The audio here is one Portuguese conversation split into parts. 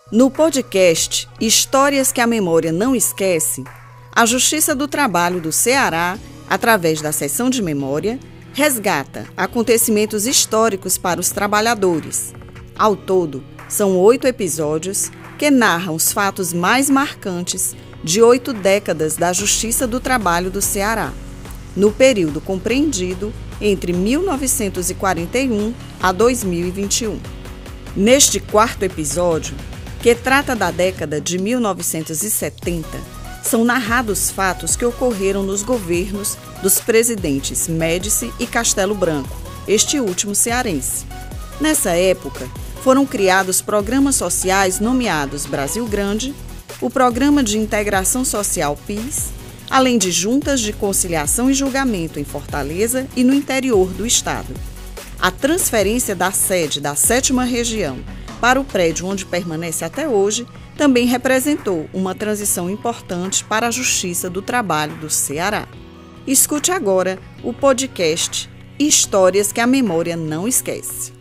No podcast Histórias que a Memória Não Esquece, a Justiça do Trabalho do Ceará, através da Seção de Memória, resgata acontecimentos históricos para os trabalhadores. Ao todo, são 8 episódios que narram os fatos mais marcantes de 8 décadas da Justiça do Trabalho do Ceará, no período compreendido entre 1941 a 2021. Neste 4º episódio, que trata da década de 1970, são narrados fatos que ocorreram nos governos dos presidentes Médici e Castelo Branco, este último cearense. Nessa época, foram criados programas sociais nomeados Brasil Grande, o Programa de Integração Social PIS, além de juntas de conciliação e julgamento em Fortaleza e no interior do estado. A transferência da sede da 7ª Região para o prédio onde permanece até hoje também representou uma transição importante para a Justiça do Trabalho do Ceará. Escute agora o podcast Histórias que a Memória Não Esquece.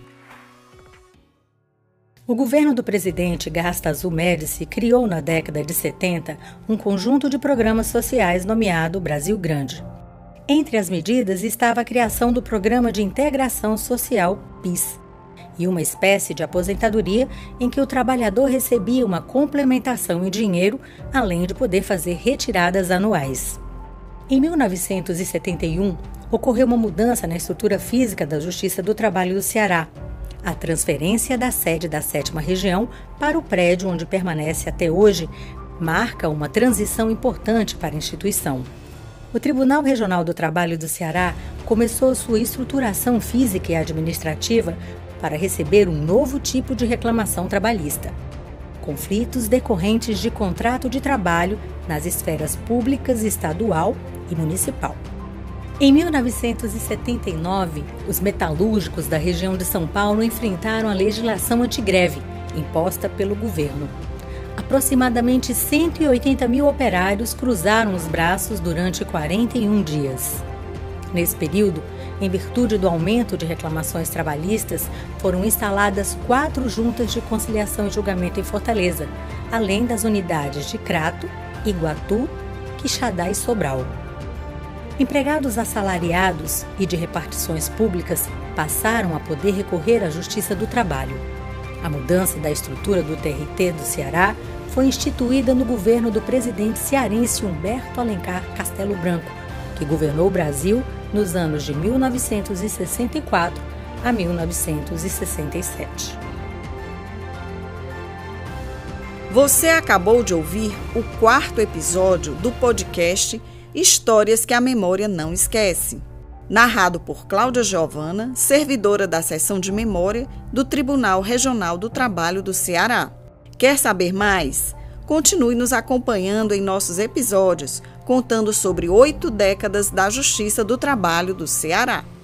O governo do presidente Gasta Azul Médici criou na década de 70 um conjunto de programas sociais nomeado Brasil Grande. Entre as medidas estava a criação do Programa de Integração Social PIS e uma espécie de aposentadoria em que o trabalhador recebia uma complementação em dinheiro, além de poder fazer retiradas anuais. Em 1971, ocorreu uma mudança na estrutura física da Justiça do Trabalho do Ceará, a transferência da sede da 7ª Região para o prédio onde permanece até hoje marca uma transição importante para a instituição. O Tribunal Regional do Trabalho do Ceará começou sua estruturação física e administrativa para receber um novo tipo de reclamação trabalhista: conflitos decorrentes de contrato de trabalho nas esferas públicas, estadual e municipal. Em 1979, os metalúrgicos da região de São Paulo enfrentaram a legislação antigreve, imposta pelo governo. Aproximadamente 180 mil operários cruzaram os braços durante 41 dias. Nesse período, em virtude do aumento de reclamações trabalhistas, foram instaladas 4 juntas de conciliação e julgamento em Fortaleza, além das unidades de Crato, Iguatu, Quixadá e Sobral. Empregados assalariados e de repartições públicas passaram a poder recorrer à Justiça do Trabalho. A mudança da estrutura do TRT do Ceará foi instituída no governo do presidente cearense Humberto Alencar Castelo Branco, que governou o Brasil nos anos de 1964 a 1967. Você acabou de ouvir o 4º episódio do podcast Histórias que a Memória Não Esquece, narrado por Cláudia Giovana, servidora da Seção de Memória do Tribunal Regional do Trabalho do Ceará. Quer saber mais? Continue nos acompanhando em nossos episódios, contando sobre 8 décadas da Justiça do Trabalho do Ceará.